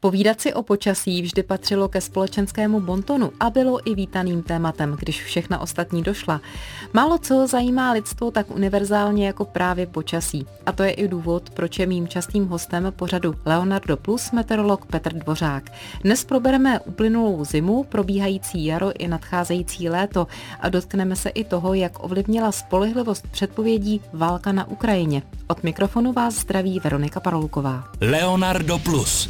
Povídat si o počasí vždy patřilo ke společenskému bontonu a bylo i vítaným tématem, když všechna ostatní došla. Málo co zajímá lidstvo tak univerzálně jako právě počasí. A to je i důvod, proč je mým častým hostem pořadu Leonardo Plus meteorolog Petr Dvořák. Dnes probereme uplynulou zimu, probíhající jaro i nadcházející léto a dotkneme se i toho, jak ovlivnila spolehlivost předpovědí válka na Ukrajině. Od mikrofonu vás zdraví Veronika Paroluková. Leonardo Plus.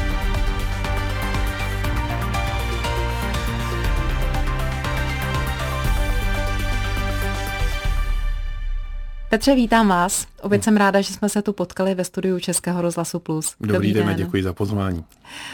Petře, vítám vás. Opět jsem ráda, že jsme se tu potkali ve studiu Českého rozhlasu Plus. Dobrý den a děkuji za pozvání.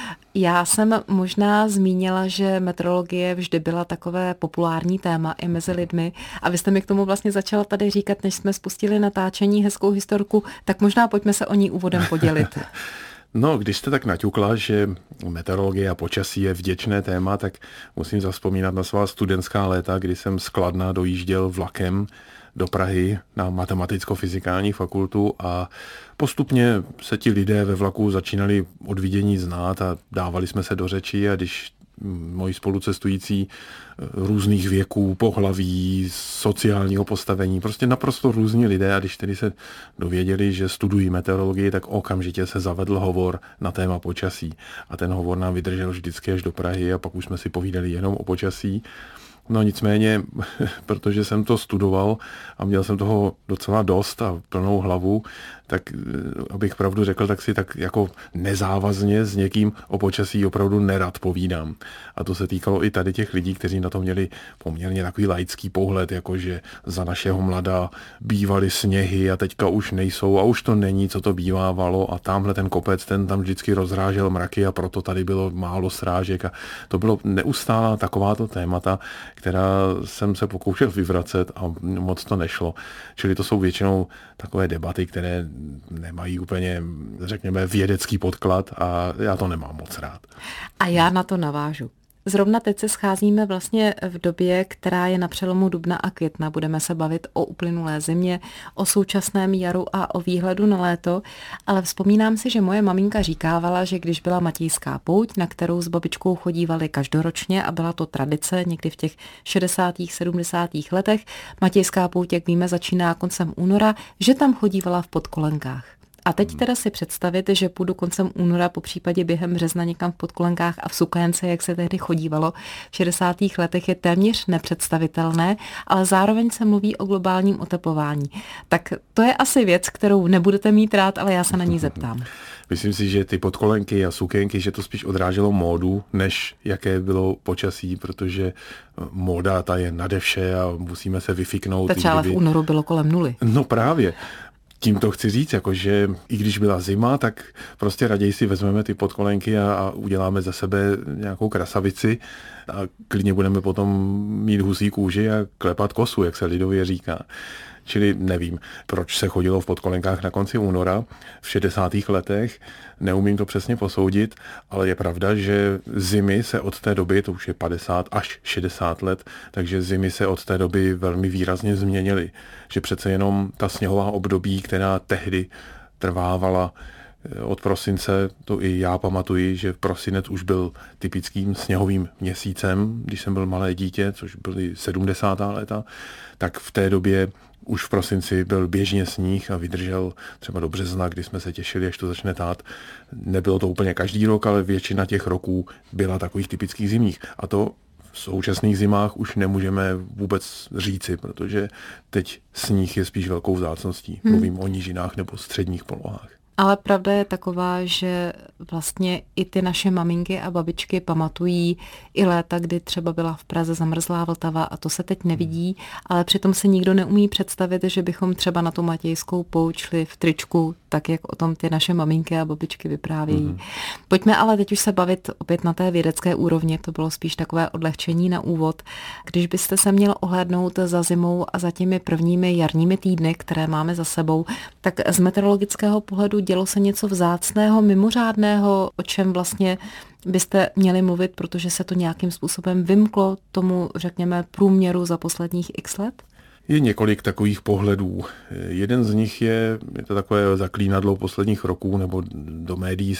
Já jsem možná zmínila, že meteorologie vždy byla takové populární téma i mezi lidmi a vy jste mi k tomu vlastně začala tady říkat, než jsme spustili natáčení, hezkou historku, tak možná pojďme se o ní úvodem podělit. No, když jste tak naťukla, že meteorologie a počasí je vděčné téma, tak musím zavzpomínat na svá studentská léta, kdy jsem z Kladna dojížděl vlakem do Prahy na matematicko-fyzikální fakultu a postupně se ti lidé ve vlaku začínali od vidění znát a dávali jsme se do řeči a když moji spolucestující různých věků, pohlaví, sociálního postavení, prostě naprosto různí lidé a když tedy se dověděli, že studují meteorologii, tak okamžitě se zavedl hovor na téma počasí a ten hovor nám vydržel vždycky až do Prahy a pak už jsme si povídali jenom o počasí. No nicméně, protože jsem to studoval a měl jsem toho docela dost a plnou hlavu, tak abych pravdu řekl, tak si tak jako nezávazně s někým o počasí opravdu nerad povídám. A to se týkalo i tady těch lidí, kteří na to měli poměrně takový laický pohled, jakože za našeho mlada bývaly sněhy a teďka už nejsou a už to není, co to bývávalo a tamhle ten kopec, ten tam vždycky rozrážel mraky a proto tady bylo málo srážek a to bylo neustálá takováto témata, která jsem se pokoušel vyvracet a moc to nešlo. Čili to jsou většinou takové debaty, které nemají úplně, řekněme, vědecký podklad a já to nemám moc rád. A já na to navážu. Zrovna teď se scházíme vlastně v době, která je na přelomu dubna a května. Budeme se bavit o uplynulé zimě, o současném jaru a o výhledu na léto, ale vzpomínám si, že moje maminka říkávala, že když byla Matějská pouť, na kterou s babičkou chodívali každoročně a byla to tradice někdy v těch 60. 70. letech, Matějská pouť, jak víme, začíná koncem února, že tam chodívala v podkolenkách. A teď teda si představit, že půjdu koncem února, po případě během března někam v podkolenkách a v sukénce, jak se tehdy chodívalo v 60. letech, je téměř nepředstavitelné, ale zároveň se mluví o globálním oteplování. Tak to je asi věc, kterou nebudete mít rád, ale já se na ní zeptám. Myslím si, že ty podkolenky a sukénky, že to spíš odráželo módu, než jaké bylo počasí, protože móda ta je nade vše a musíme se vyfiknout. Takže ale v únoru bylo kolem 0. No právě. Tím to chci říct, jakože i když byla zima, tak prostě raději si vezmeme ty podkolenky a uděláme za sebe nějakou krasavici a klidně budeme potom mít husí kůži a klepat kosu, jak se lidově říká. Čili nevím, proč se chodilo v podkolenkách na konci února v 60. letech, neumím to přesně posoudit, ale je pravda, že zimy se od té doby, to už je 50 až 60 let, takže zimy se od té doby velmi výrazně změnily. Že přece jenom ta sněhová období, která tehdy trvávala od prosince, to i já pamatuji, že prosinec už byl typickým sněhovým měsícem, když jsem byl malé dítě, což byly 70. léta, tak v té době už v prosinci byl běžně sníh a vydržel třeba do března, kdy jsme se těšili, až to začne tát. Nebylo to úplně každý rok, ale většina těch roků byla takových typických zimních. A to v současných zimách už nemůžeme vůbec říci, protože teď sníh je spíš velkou vzácností. Mluvím o nížinách nebo středních polohách. Ale pravda je taková, že vlastně i ty naše maminky a babičky pamatují i léta, kdy třeba byla v Praze zamrzlá Vltava a to se teď nevidí, ale přitom se nikdo neumí představit, že bychom třeba na tu Matějskou pouť šli v tričku, tak jak o tom ty naše maminky a babičky vyprávějí. Pojďme ale teď už se bavit opět na té vědecké úrovni, to bylo spíš takové odlehčení na úvod. Když byste se měl ohlédnout za zimou a za těmi prvními jarními týdny, které máme za sebou, tak z meteorologického pohledu dělo se něco vzácného, mimořádného, o čem vlastně byste měli mluvit, protože se to nějakým způsobem vymklo tomu, řekněme, průměru za posledních x let? Je několik takových pohledů. Jeden z nich je to takové zaklínadlo posledních roků, nebo do médií se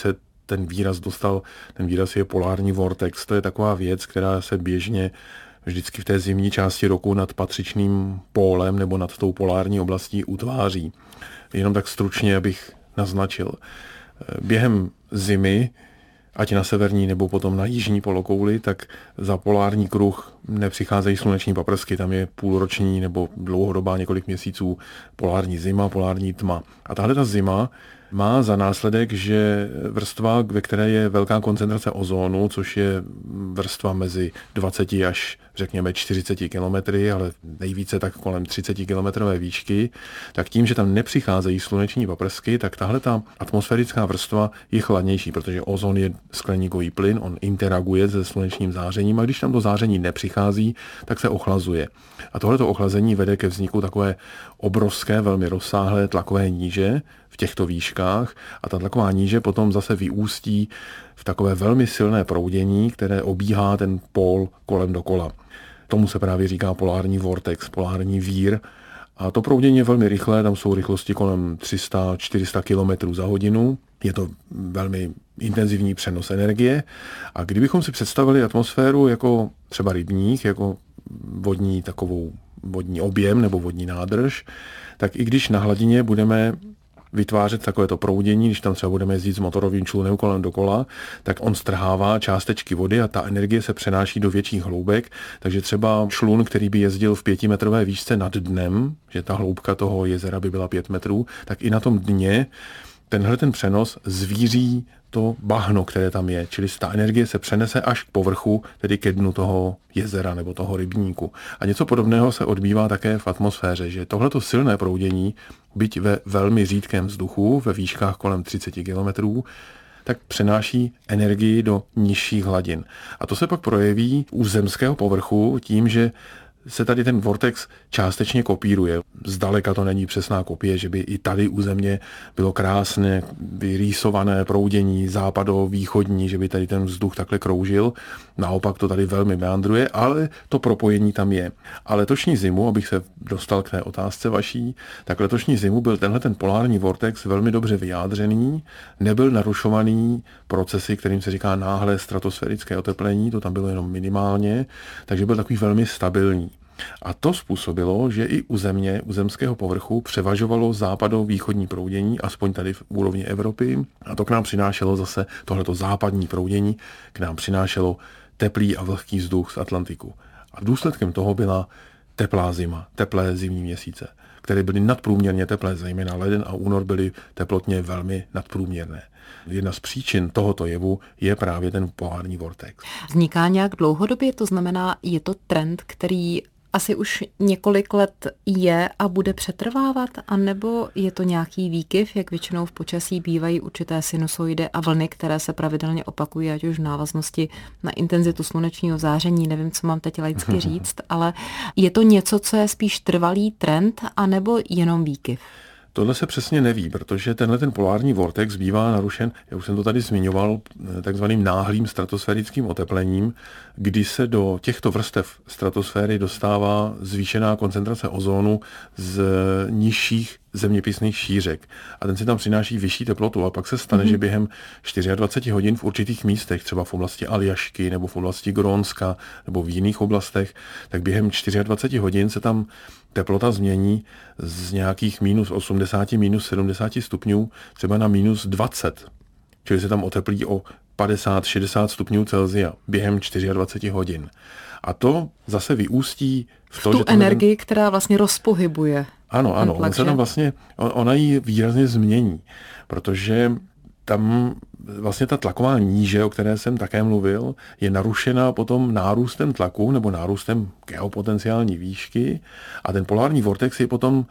ten výraz je polární vortex. To je taková věc, která se běžně vždycky v té zimní části roku nad patřičným pólem nebo nad tou polární oblastí utváří. Jenom tak stručně, abych naznačil. Během zimy, ať na severní nebo potom na jižní polokouli, tak za polární kruh nepřicházejí sluneční paprsky, tam je půlroční nebo dlouhodobá několik měsíců polární zima, polární tma. A tahle ta zima má za následek, že vrstva, ve které je velká koncentrace ozónu, což je vrstva mezi 20 až řekněme 40 kilometry, ale nejvíce tak kolem 30 kilometrové výšky, tak tím, že tam nepřicházejí sluneční paprsky, tak tahle ta atmosférická vrstva je chladnější, protože ozon je skleníkový plyn, on interaguje se slunečním zářením a když tam to záření nepřichází, tak se ochlazuje. A tohleto ochlazení vede ke vzniku takové obrovské, velmi rozsáhlé tlakové níže v těchto výškách a ta tlaková níže potom zase vyústí v takové velmi silné proudění, které obíhá ten pól kolem dokola. Tomu se právě říká polární vortex, polární vír. A to proudění je velmi rychlé, tam jsou rychlosti kolem 300-400 km za hodinu. Je to velmi intenzivní přenos energie. A kdybychom si představili atmosféru jako třeba rybník, jako vodní objem nebo vodní nádrž, tak i když na hladině budeme vytvářet takovéto proudění, když tam třeba budeme jezdit s motorovým člunem kolem dokola, tak on strhává částečky vody a ta energie se přenáší do větších hloubek, takže třeba člun, který by jezdil v 5metrové výšce nad dnem, že ta hloubka toho jezera by byla 5 metrů, tak i na tom dně ten přenos zvíří to bahno, které tam je, čili ta energie se přenese až k povrchu, tedy ke dnu toho jezera nebo toho rybníku. A něco podobného se odbývá také v atmosféře, že tohleto silné proudění, byť ve velmi řídkém vzduchu, ve výškách kolem 30 kilometrů, tak přenáší energii do nižších hladin. A to se pak projeví u zemského povrchu tím, že se tady ten vortex částečně kopíruje. Zdaleka to není přesná kopie, že by i tady u Země bylo krásné vyrýsované proudění západo-východní, že by tady ten vzduch takhle kroužil. Naopak to tady velmi meandruje, ale to propojení tam je. A letošní zimu, abych se dostal k té otázce vaší, tak letošní zimu byl tenhle ten polární vortex velmi dobře vyjádřený, nebyl narušovaný procesy, kterým se říká náhlé stratosférické oteplení, to tam bylo jenom minimálně, takže byl takový velmi stabilní. A to způsobilo, že i u Země, u zemského povrchu převažovalo západo-východní proudění, aspoň tady v úrovni Evropy. A to k nám přinášelo zase tohleto západní proudění, k nám přinášelo teplý a vlhký vzduch z Atlantiku. A důsledkem toho byla teplá zima, teplé zimní měsíce, které byly nadprůměrně teplé, zejména leden a únor byly teplotně velmi nadprůměrné. Jedna z příčin tohoto jevu je právě ten polární vortex. Vzniká nějak dlouhodobě, to znamená, je to trend, který asi už několik let je a bude přetrvávat, anebo je to nějaký výkyv, jak většinou v počasí bývají určité sinusoidy a vlny, které se pravidelně opakují, ať už v návaznosti na intenzitu slunečního záření, nevím, co mám teď laicky říct, ale je to něco, co je spíš trvalý trend, anebo jenom výkyv? Tohle se přesně neví, protože ten polární vortex bývá narušen, já už jsem to tady zmiňoval, takzvaným náhlým stratosférickým oteplením, kdy se do těchto vrstev stratosféry dostává zvýšená koncentrace ozónu z nižších zeměpisných šířek. A ten si tam přináší vyšší teplotu a pak se stane, že během 24 hodin v určitých místech, třeba v oblasti Aljašky nebo v oblasti Grónska nebo v jiných oblastech, tak během 24 hodin se tam teplota změní z nějakých minus 80, minus 70 stupňů třeba na minus 20. Čili se tam oteplí o 50-60 stupňů Celsia během 24 hodin. A to zase vyústí v to, tu že energii, která vlastně rozpohybuje. Ano, on se tam vlastně, ona ji výrazně změní, protože tam vlastně ta tlaková níže, o které jsem také mluvil, je narušena potom nárůstem tlaku nebo nárůstem geopotenciální výšky a ten polární vortex je potom,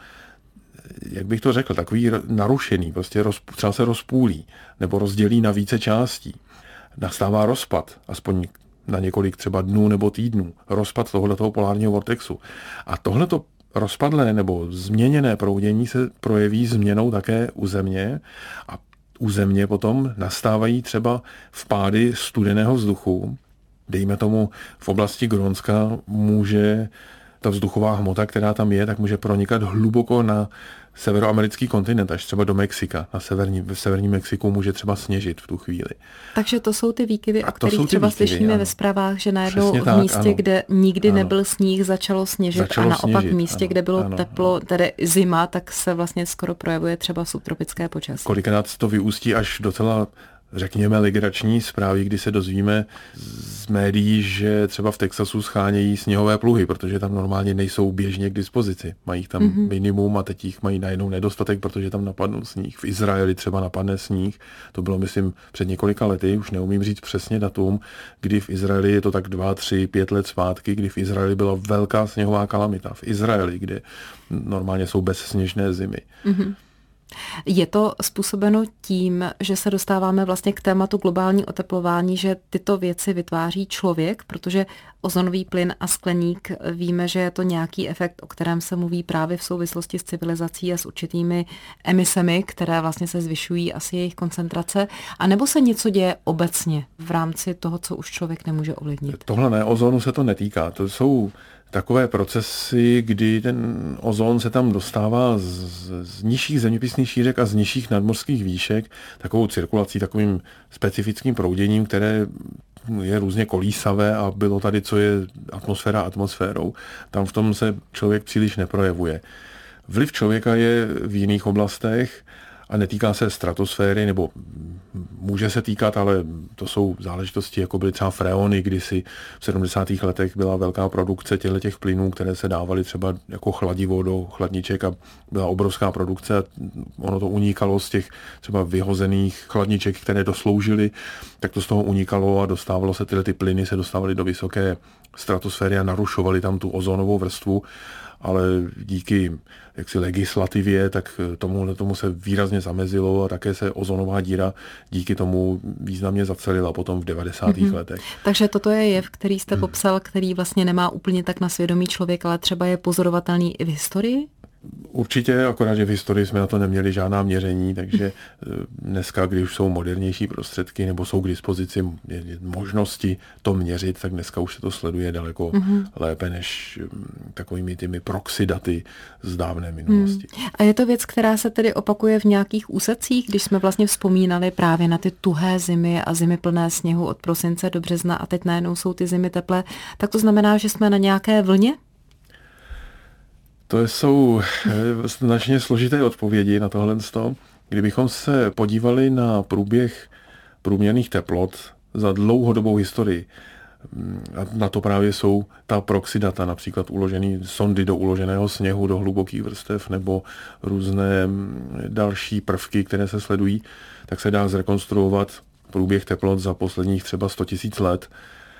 jak bych to řekl, takový narušený, prostě třeba se rozpůlí nebo rozdělí na více částí. Nastává rozpad, aspoň na několik třeba dnů nebo týdnů, rozpad tohoto polárního vortexu. A tohleto rozpadlé nebo změněné proudění se projeví změnou také u Země a u Země potom nastávají třeba vpády studeného vzduchu. Dejme tomu v oblasti Grónska může ta vzduchová hmota, která tam je, tak může pronikat hluboko na severoamerický kontinent, až třeba do Mexika. V severním Mexiku může třeba sněžit v tu chvíli. Takže to jsou ty výkyvy, o kterých třeba slyšíme ve zprávách, že najednou v místě, ano. kde nikdy nebyl sníh, začalo sněžit a naopak v místě, kde bylo teplo, tedy zima, tak se vlastně skoro projevuje třeba subtropické počasí. Kolikrát to vyústí až docela, řekněme, legrační zprávy, kdy se dozvíme z médií, že třeba v Texasu schánějí sněhové pluhy, protože tam normálně nejsou běžně k dispozici. Mají tam minimum a teď jich mají najednou nedostatek, protože tam napadnou sníh. V Izraeli třeba napadne sníh. To bylo, myslím, před několika lety, už neumím říct přesně datum, kdy v Izraeli, je to tak 2, 3, 5 let zpátky, kdy v Izraeli byla velká sněhová kalamita. V Izraeli, kde normálně jsou bezsněžné zimy. Je to způsobeno tím, že se dostáváme vlastně k tématu globální oteplování, že tyto věci vytváří člověk, protože ozonový plyn a skleník víme, že je to nějaký efekt, o kterém se mluví právě v souvislosti s civilizací a s určitými emisemi, které vlastně se zvyšují asi jejich koncentrace, anebo se něco děje obecně v rámci toho, co už člověk nemůže ovlivnit? Tohle ne, ozonu se to netýká. To jsou takové procesy, kdy ten ozon se tam dostává z nižších zeměpisných šířek a z nižších nadmořských výšek takovou cirkulací, takovým specifickým prouděním, které je různě kolísavé a bylo tady, co je atmosféra atmosférou. Tam v tom se člověk příliš neprojevuje. Vliv člověka je v jiných oblastech a netýká se stratosféry, nebo může se týkat, ale to jsou záležitosti, jako byly třeba freony, kdysi v 70. letech byla velká produkce těch plynů, které se dávaly třeba jako chladivo do chladniček a byla obrovská produkce a ono to unikalo z těch třeba vyhozených chladniček, které dosloužily, tak to z toho unikalo a dostávalo se ty plyny se dostávaly do vysoké stratosféry a narušovaly tam tu ozonovou vrstvu. Ale díky jaksi legislativě, tak tomu se výrazně zamezilo a také se ozonová díra díky tomu významně zacelila potom v 90. letech. Takže toto je jev, který jste popsal, který vlastně nemá úplně tak na svědomí člověk, ale třeba je pozorovatelný i v historii? Určitě, akorát, že v historii jsme na to neměli žádná měření, takže dneska, když už jsou modernější prostředky nebo jsou k dispozici možnosti to měřit, tak dneska už se to sleduje daleko lépe než takovými těmi proxy daty z dávné minulosti. A je to věc, která se tedy opakuje v nějakých úsecích, když jsme vlastně vzpomínali právě na ty tuhé zimy a zimy plné sněhu od prosince do března a teď najednou jsou ty zimy teplé, tak to znamená, že jsme na nějaké vlně? To jsou značně složité odpovědi na tohle. Kdybychom se podívali na průběh průměrných teplot za dlouhodobou historii, a na to právě jsou ta proxy data, například uložený sondy do uloženého sněhu, do hlubokých vrstev nebo různé další prvky, které se sledují, tak se dá zrekonstruovat průběh teplot za posledních třeba 100 000 let.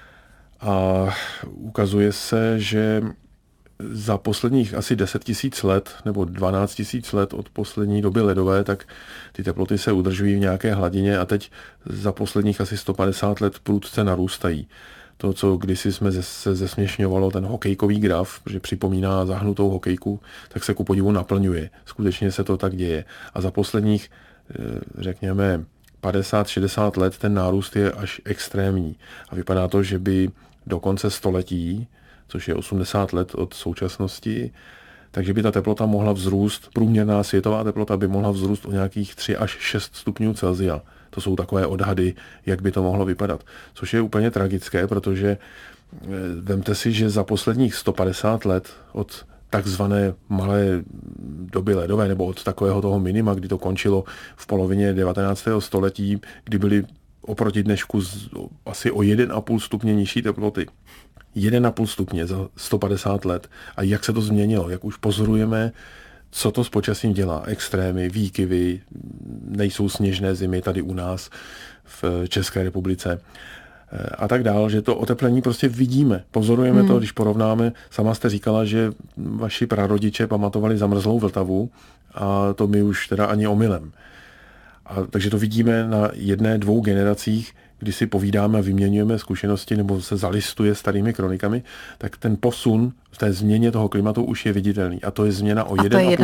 A ukazuje se, že za posledních asi 10 000 let nebo 12 000 let od poslední doby ledové, tak ty teploty se udržují v nějaké hladině a teď za posledních asi 150 let prudce narůstají. To, co kdysi se zesměšňovalo, ten hokejkový graf, že připomíná zahnutou hokejku, tak se ku podivu naplňuje. Skutečně se to tak děje. A za posledních, řekněme, 50-60 let ten nárůst je až extrémní. A vypadá to, že by do konce století, což je 80 let od současnosti, takže by ta teplota mohla vzrůst, průměrná světová teplota by mohla vzrůst o nějakých 3 až 6 stupňů Celsia. To jsou takové odhady, jak by to mohlo vypadat. Což je úplně tragické, protože vemte si, že za posledních 150 let od takzvané malé doby ledové, nebo od takového toho minima, kdy to končilo v polovině 19. století, kdy byly oproti dnešku asi o 1,5 stupně nižší teploty. 1,5 stupně za 150 let. A jak se to změnilo? Jak už pozorujeme, co to s počasím dělá? Extrémy, výkyvy, nejsou sněžné zimy tady u nás v České republice a tak dál, že to oteplení prostě vidíme. Pozorujeme to, když porovnáme. Sama jste říkala, že vaši prarodiče pamatovali zamrzlou Vltavu a to my už teda ani omylem. Takže to vidíme na 1-2 generacích, kdy si povídáme a vyměňujeme zkušenosti nebo se zalistuje starými kronikami, tak ten posun v té změně toho klimatu už je viditelný. A to je změna o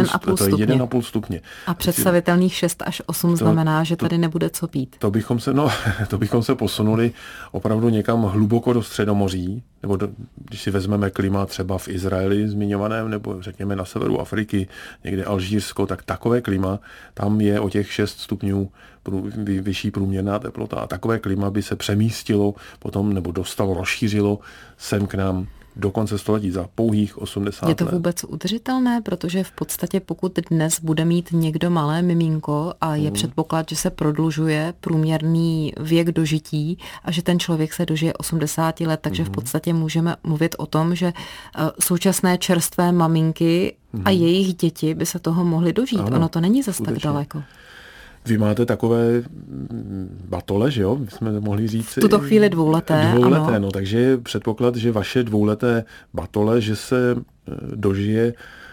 1,5 stupně. A představitelných 6 až 8 znamená, že tady nebude co pít. To bychom se posunuli opravdu někam hluboko do Středomoří, nebo když si vezmeme klima třeba v Izraeli zmiňovaném, nebo řekněme na severu Afriky, někde Alžírsko, tak takové klima, tam je o těch 6 stupňů vyšší průměrná teplota. A takové klima by se přemístilo potom, nebo dostalo, rozšířilo sem k nám do konce století za pouhých 80 let. Je to vůbec udržitelné, protože v podstatě pokud dnes bude mít někdo malé miminko a je předpoklad, že se prodlužuje průměrný věk dožití a že ten člověk se dožije 80 let, takže v podstatě můžeme mluvit o tom, že současné čerstvé maminky a jejich děti by se toho mohly dožít. Ano, ono to není zas tak daleko. Vy máte takové batole, že jo? Jsme mohli říct. V tuto chvíli dvouleté, ano. No, takže je předpoklad, že vaše dvouleté batole, že se dožije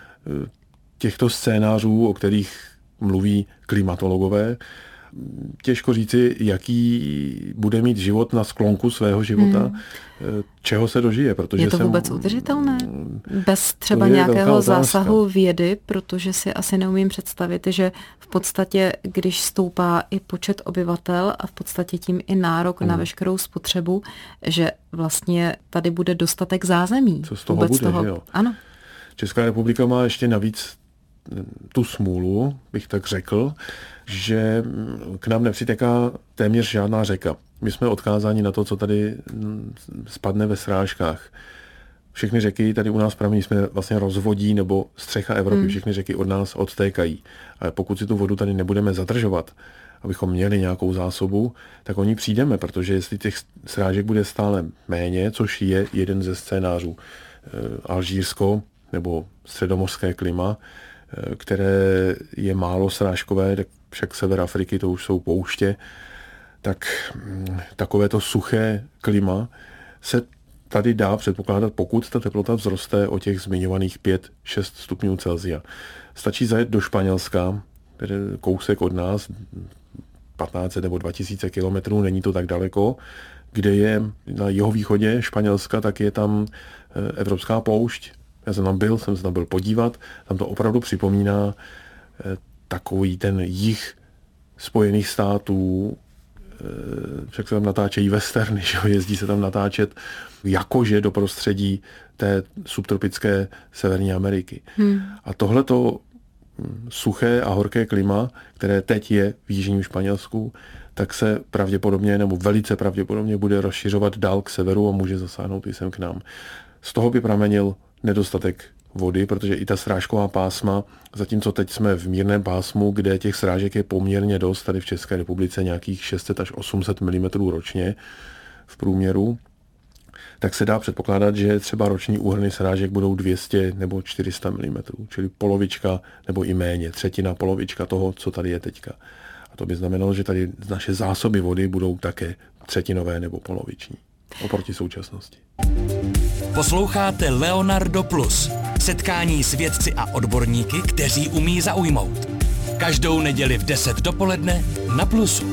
těchto scénářů, o kterých mluví klimatologové. Těžko říci, jaký bude mít život na sklonku svého života, čeho se dožije. Protože je to vůbec udržitelné? Bez třeba nějakého zásahu vědy, protože si asi neumím představit, že v podstatě, když stoupá i počet obyvatel a v podstatě tím i nárok na veškerou spotřebu, že vlastně tady bude dostatek zázemí. Co z toho bude, že jo? Ano. Česká republika má ještě navíc tu smůlu, bych tak řekl, že k nám nepřitéká téměř žádná řeka. My jsme odkázáni na to, co tady spadne ve srážkách. Všechny řeky tady u nás pramení, jsme vlastně rozvodí nebo střecha Evropy, všechny řeky od nás odtékají. Ale pokud si tu vodu tady nebudeme zadržovat, abychom měli nějakou zásobu, tak o ní přijdeme, protože jestli těch srážek bude stále méně, což je jeden ze scénářů, Alžírsko nebo středomořské klima, které je málo srážkové, tak však sever Afriky to už jsou pouště, tak takovéto suché klima se tady dá předpokládat, pokud ta teplota vzroste o těch zmiňovaných 5-6 stupňů Celsia. Stačí zajet do Španělska, které kousek od nás, 1500 nebo 2000 kilometrů, není to tak daleko, kde je na jihovýchodě Španělska, tak je tam evropská poušť. Já jsem tam byl podívat, tam to opravdu připomíná takový ten jih Spojených států, však se tam natáčejí westerny, že jezdí se tam natáčet jakože do prostředí té subtropické Severní Ameriky. A tohleto suché a horké klima, které teď je v jižním Španělsku, tak se pravděpodobně nebo velice pravděpodobně bude rozšiřovat dál k severu a může zasáhnout i sem k nám. Z toho by pramenil nedostatek vody, protože i ta srážková pásma, zatímco teď jsme v mírném pásmu, kde těch srážek je poměrně dost, tady v České republice nějakých 600 až 800 mm ročně v průměru, tak se dá předpokládat, že třeba roční úhrny srážek budou 200 nebo 400 mm, čili polovička nebo i méně, třetina, polovička toho, co tady je teďka. A to by znamenalo, že tady naše zásoby vody budou také třetinové nebo poloviční oproti současnosti. Posloucháte Leonardo Plus, setkání s vědci a odborníky, kteří umí zaujmout. Každou neděli v 10 dopoledne na Plusu.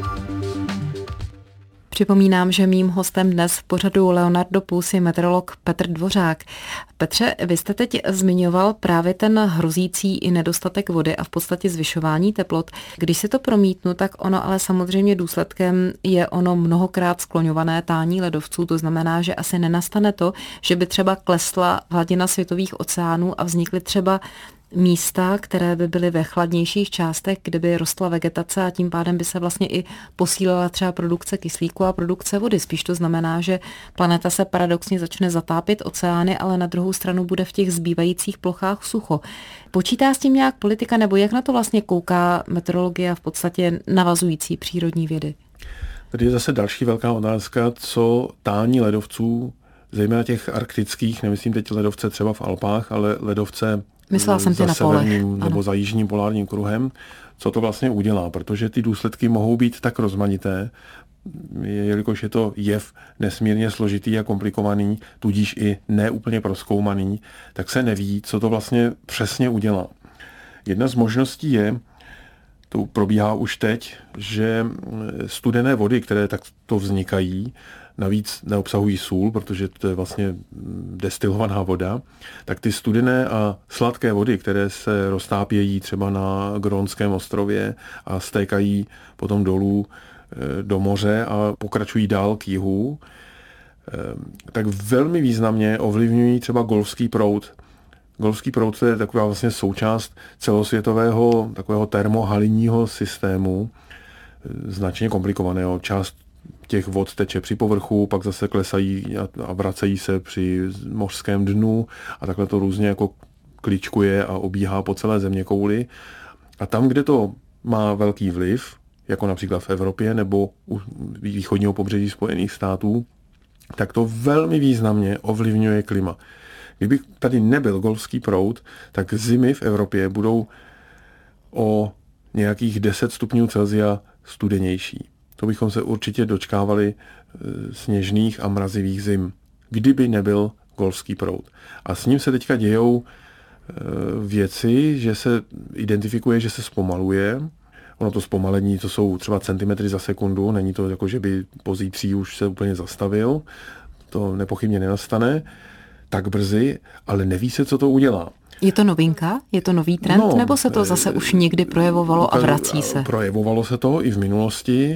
Připomínám, že mým hostem dnes v pořadu Leonardo Plus je meteorolog Petr Dvořák. Petře, vy jste teď zmiňoval právě ten hrozící i nedostatek vody a v podstatě zvyšování teplot. Když se to promítnu, tak ono ale samozřejmě důsledkem je ono mnohokrát skloňované tání ledovců. To znamená, že asi nenastane to, že by třeba klesla hladina světových oceánů a vznikly třeba místa, které by byly ve chladnějších částech, kde by rostla vegetace a tím pádem by se vlastně i posílila třeba produkce kyslíku a produkce vody. Spíš to znamená, že planeta se paradoxně začne zatápět oceány, ale na druhou stranu bude v těch zbývajících plochách sucho. Počítá s tím nějak politika, nebo jak na to vlastně kouká meteorologie a v podstatě navazující přírodní vědy? Tady je zase další velká otázka, co tání ledovců, zejména těch arktických, nemyslím teď ledovce třeba v Alpách, ale ledovce za severním nebo za jižním polárním kruhem, co to vlastně udělá, protože ty důsledky mohou být tak rozmanité, jelikož je to jev nesmírně složitý a komplikovaný, tudíž i neúplně prozkoumaný, tak se neví, co to vlastně přesně udělá. Jedna z možností je, to probíhá už teď, že studené vody, které takto vznikají, navíc neobsahují sůl, protože to je vlastně destilovaná voda, tak ty studené a sladké vody, které se roztápějí třeba na Grónském ostrově a stékají potom dolů do moře a pokračují dál k jihu, tak velmi významně ovlivňují třeba golfský proud. Golfský proud je taková vlastně součást celosvětového takového termohalinního systému, značně komplikovaného. Část těch vod teče při povrchu, pak zase klesají a vracejí se při mořském dnu a takhle to různě jako kličkuje a obíhá po celé zeměkouli. A tam, kde to má velký vliv, jako například v Evropě nebo u východního pobřeží Spojených států, tak to velmi významně ovlivňuje klima. Kdyby tady nebyl golfský proud, tak zimy v Evropě budou o nějakých 10 stupňů Celsia studenější. To bychom se určitě dočkávali sněžných a mrazivých zim, kdyby nebyl golfský proud. A s ním se teďka dějou věci, že se identifikuje, že se zpomaluje. Ono to zpomalení, to jsou třeba centimetry za sekundu, není to jako, že by pozítří už se úplně zastavil, to nepochybně nenastane tak brzy, ale neví se, co to udělá. Je to novinka? Je to nový trend? Nebo se to zase už někdy projevovalo a vrací se? Projevovalo se to i v minulosti,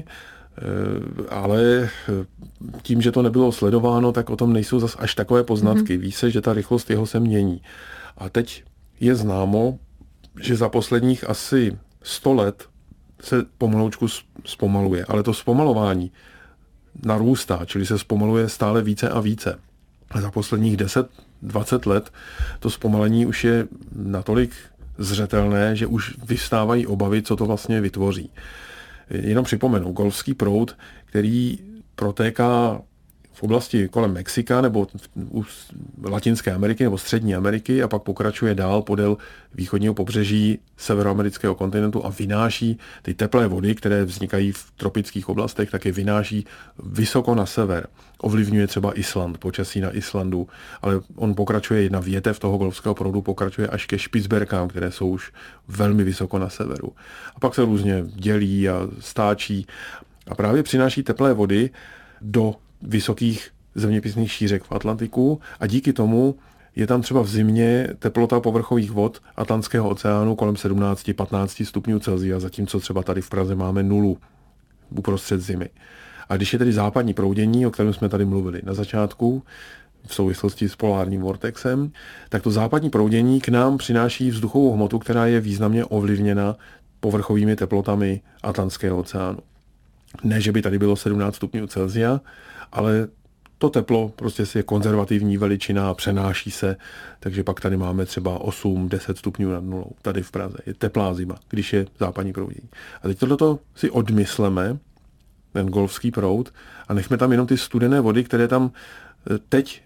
ale tím, že to nebylo sledováno, tak o tom nejsou zase až takové poznatky. Ví se, že ta rychlost jeho se mění. A teď je známo, že za posledních asi 100 let se pomaloučku zpomaluje. Ale to zpomalování narůstá, čili se zpomaluje stále více a více. A za posledních 10-20 let to zpomalení už je natolik zřetelné, že už vyvstávají obavy, co to vlastně vytvoří. Jenom připomenu, golfský proud, který protéká v oblasti kolem Mexika nebo u Latinské Ameriky nebo Střední Ameriky a pak pokračuje dál podél východního pobřeží severoamerického kontinentu a vynáší ty teplé vody, které vznikají v tropických oblastech, tak je vynáší vysoko na sever. Ovlivňuje třeba Island, počasí na Islandu, ale on pokračuje, jedna větev toho golfského proudu pokračuje až ke Špicberkám, které jsou už velmi vysoko na severu. A pak se různě dělí a stáčí a právě přináší teplé vody do vysokých zeměpisných šířek v Atlantiku a díky tomu je tam třeba v zimě teplota povrchových vod Atlantského oceánu kolem 17-15 stupňů Celsia, zatímco třeba tady v Praze máme 0 uprostřed zimy. A když je tedy západní proudění, o kterém jsme tady mluvili na začátku, v souvislosti s polárním vortexem, tak to západní proudění k nám přináší vzduchovou hmotu, která je významně ovlivněna povrchovými teplotami Atlantského oceánu. Ne, že by tady bylo 17 stupňů Celsia, ale to teplo prostě je konzervativní veličina a přenáší se, takže pak tady máme třeba 8-10 stupňů nad nulou. Tady v Praze je teplá zima, když je západní proudění. A teď tohleto si odmysleme, ten golfský proud, a nechme tam jenom ty studené vody, které tam teď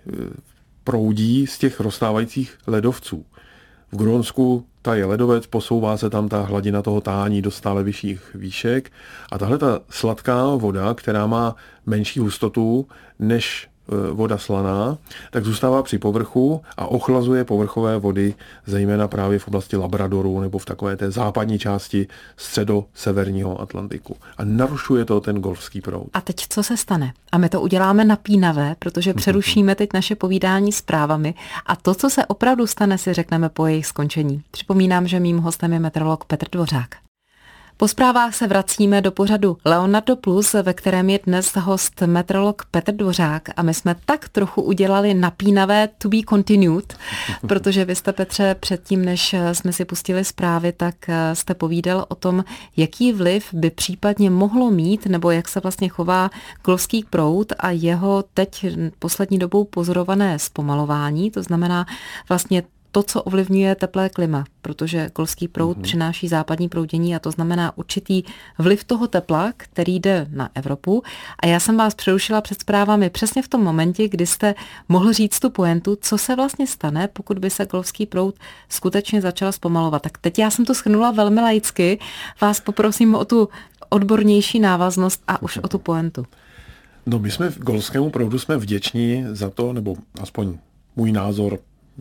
proudí z těch rozstávajících ledovců. V Grónsku ta je ledovec, posouvá se tam ta hladina toho tání do stále vyšších výšek a tahle ta sladká voda, která má menší hustotu než voda slaná, tak zůstává při povrchu a ochlazuje povrchové vody, zejména právě v oblasti Labradoru nebo v takové té západní části středo-severního Atlantiku. A narušuje to ten golfský proud. A teď co se stane? A my to uděláme napínavé, protože přerušíme teď naše povídání zprávami a to, co se opravdu stane, si řekneme po jejich skončení. Připomínám, že mým hostem je meteorolog Petr Dvořák. Po zprávách se vracíme do pořadu Leonardo Plus, ve kterém je dnes host meteorolog Petr Dvořák a my jsme tak trochu udělali napínavé to be continued, protože vy jste, Petře, předtím, než jsme si pustili zprávy, tak jste povídal o tom, jaký vliv by případně mohlo mít, nebo jak se vlastně chová golfský proud a jeho teď poslední dobou pozorované zpomalování, to znamená vlastně to, co ovlivňuje teplé klima, protože golfský proud přináší západní proudění a to znamená určitý vliv toho tepla, který jde na Evropu. A já jsem vás přerušila před zprávami přesně v tom momentě, kdy jste mohl říct tu pointu, co se vlastně stane, pokud by se golfský proud skutečně začal zpomalovat. Tak teď já jsem to shrnula velmi laicky, vás poprosím o tu odbornější návaznost a už o tu pointu. No, my jsme golfskému proudu jsme vděční za to, nebo aspoň můj názor,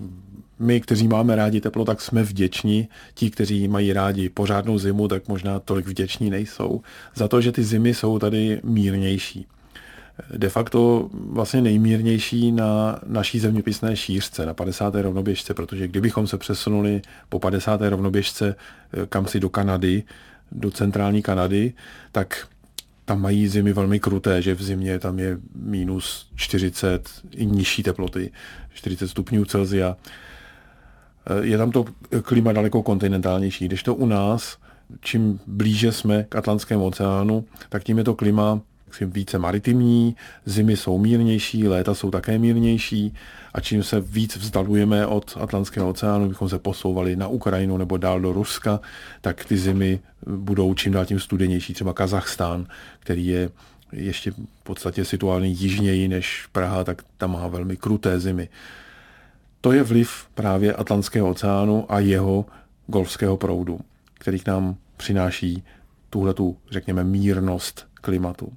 my, kteří máme rádi teplo, tak jsme vděční. Ti, kteří mají rádi pořádnou zimu, tak možná tolik vděční nejsou. Za to, že ty zimy jsou tady mírnější. De facto vlastně nejmírnější na naší zeměpisné šířce, na 50. rovnoběžce, protože kdybychom se přesunuli po 50. rovnoběžce kamsi do Kanady, do centrální Kanady, tak tam mají zimy velmi kruté, že v zimě tam je -40 i nižší teploty, 40 stupňů Celsia. Je tam to klima daleko kontinentálnější, kdežto u nás, čím blíže jsme k Atlantskému oceánu, tak tím je to klima více maritimní, zimy jsou mírnější, léta jsou také mírnější a čím se víc vzdalujeme od Atlantského oceánu, bychom se posouvali na Ukrajinu nebo dál do Ruska, tak ty zimy budou čím dál tím studenější. Třeba Kazachstán, který je ještě v podstatě situovaný jižněji než Praha, tak tam má velmi kruté zimy. To je vliv právě Atlantského oceánu a jeho golfského proudu, který k nám přináší tuhletu, řekněme, mírnost klimatu.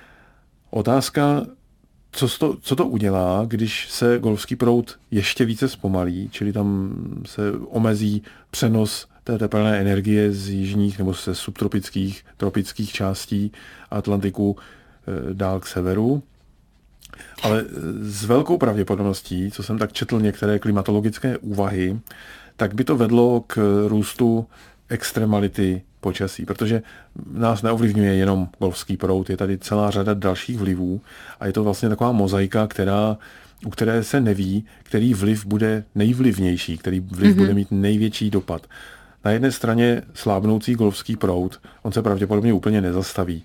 Otázka, co to udělá, když se golfský proud ještě více zpomalí, čili tam se omezí přenos té tepelné energie z jižních nebo ze subtropických, tropických částí Atlantiku dál k severu. Ale s velkou pravděpodobností, co jsem tak četl některé klimatologické úvahy, tak by to vedlo k růstu extremality počasí, protože nás neovlivňuje jenom golfský proud, je tady celá řada dalších vlivů a je to vlastně taková mozaika, u které se neví, který vliv bude nejvlivnější, který vliv bude mít největší dopad. Na jedné straně slábnoucí golfský proud, on se pravděpodobně úplně nezastaví.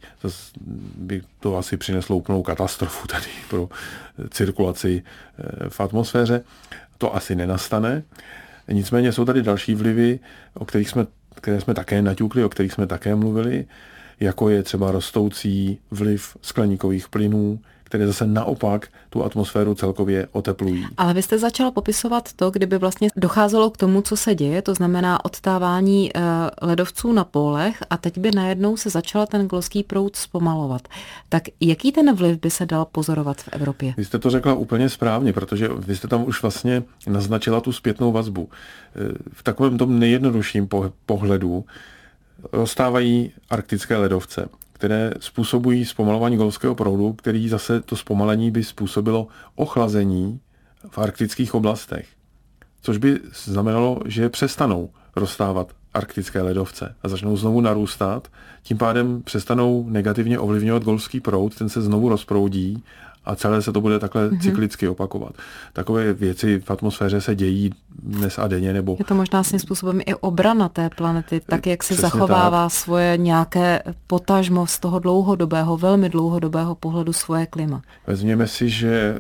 By to asi přineslo úplnou katastrofu tady pro cirkulaci v atmosféře. To asi nenastane. Nicméně jsou tady další vlivy, které jsme také naťukli, o kterých jsme také mluvili, jako je třeba rostoucí vliv skleníkových plynů, které zase naopak tu atmosféru celkově oteplují. Ale vy jste začal popisovat to, kdyby vlastně docházelo k tomu, co se děje, to znamená odtávání ledovců na pólech a teď by najednou se začal ten golfský proud zpomalovat. Tak jaký ten vliv by se dal pozorovat v Evropě? Vy jste to řekla úplně správně, protože vy jste tam už vlastně naznačila tu zpětnou vazbu. V takovém tom nejjednodušším pohledu rozstávají arktické ledovce, které způsobují zpomalování golfského proudu, který zase to zpomalení by způsobilo ochlazení v arktických oblastech. Což by znamenalo, že přestanou rozstávat arktické ledovce a začnou znovu narůstat, tím pádem přestanou negativně ovlivňovat golfský proud, ten se znovu rozproudí a celé se to bude takhle cyklicky opakovat. Takové věci v atmosféře se dějí dnes a denně. Nebo je to možná svým způsobem i obrana té planety, tak jak si zachovává svoje nějaké potažmo z toho dlouhodobého, velmi dlouhodobého pohledu svoje klima. Vezměme si, že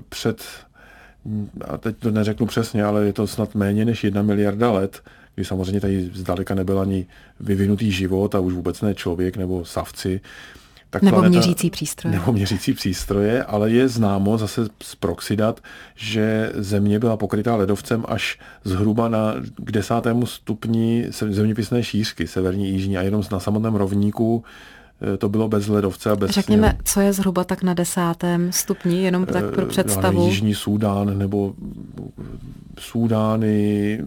a teď to neřeknu přesně, ale je to snad méně než 1 miliarda let, kdy samozřejmě tady zdaleka nebyl ani vyvinutý život a už vůbec ne člověk nebo savci, tak nebo měřící přístroje. Nebo měřící přístroje, ale je známo zase z Proxydat, že Země byla pokrytá ledovcem až zhruba k 10. stupni zeměpisné šířky, severní, jižní, a jenom na samotném rovníku to bylo bez ledovce. Řekněme, co je zhruba tak na 10. stupni, jenom tak pro představu. Jižní Súdán nebo Súdány,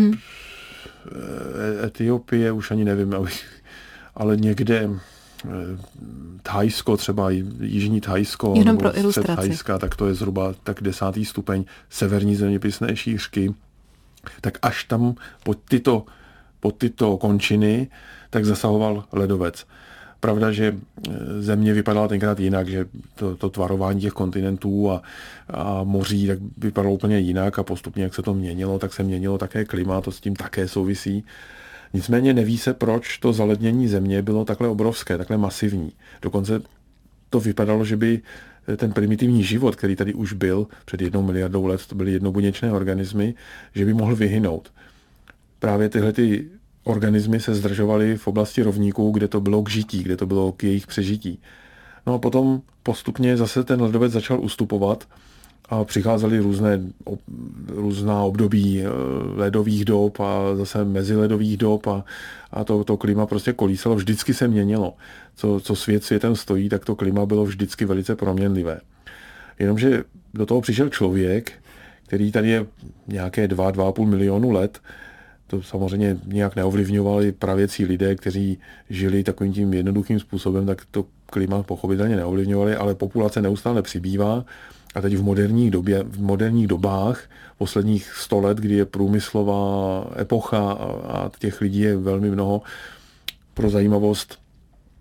Etiopie, už ani nevím, ale někde Thajsko, třeba jižní Thajsko, jenom nebo pro ilustraci. Thajska, tak to je zhruba tak 10. stupeň severní zeměpisné šířky. Tak až tam pod tyto končiny, tak zasahoval ledovec. Pravda, že Země vypadala tenkrát jinak, že to tvarování těch kontinentů a moří tak vypadalo úplně jinak a postupně, jak se to měnilo, tak se měnilo také klima, to s tím také souvisí. Nicméně neví se, proč to zalednění Země bylo takhle obrovské, takhle masivní. Dokonce to vypadalo, že by ten primitivní život, který tady už byl před 1 miliardou let, to byly jednobuněčné organismy, že by mohl vyhynout. Právě tyhle ty organismy se zdržovaly v oblasti rovníků, kde to bylo k žití, kde to bylo k jejich přežití. No a potom postupně zase ten ledovec začal ustupovat a přicházely různá období ledových dob a zase meziledových dob a to klima prostě kolísalo, vždycky se měnilo. Co svět světem stojí, tak to klima bylo vždycky velice proměnlivé. Jenomže do toho přišel člověk, který tady je nějaké 2,5 milionu let. To samozřejmě nějak neovlivňovali pravěcí lidé, kteří žili takovým tím jednoduchým způsobem, tak to klima pochopitelně neovlivňovali, ale populace neustále přibývá. A teď v moderních dobách, posledních 100 let, kdy je průmyslová epocha a těch lidí je velmi mnoho, pro zajímavost,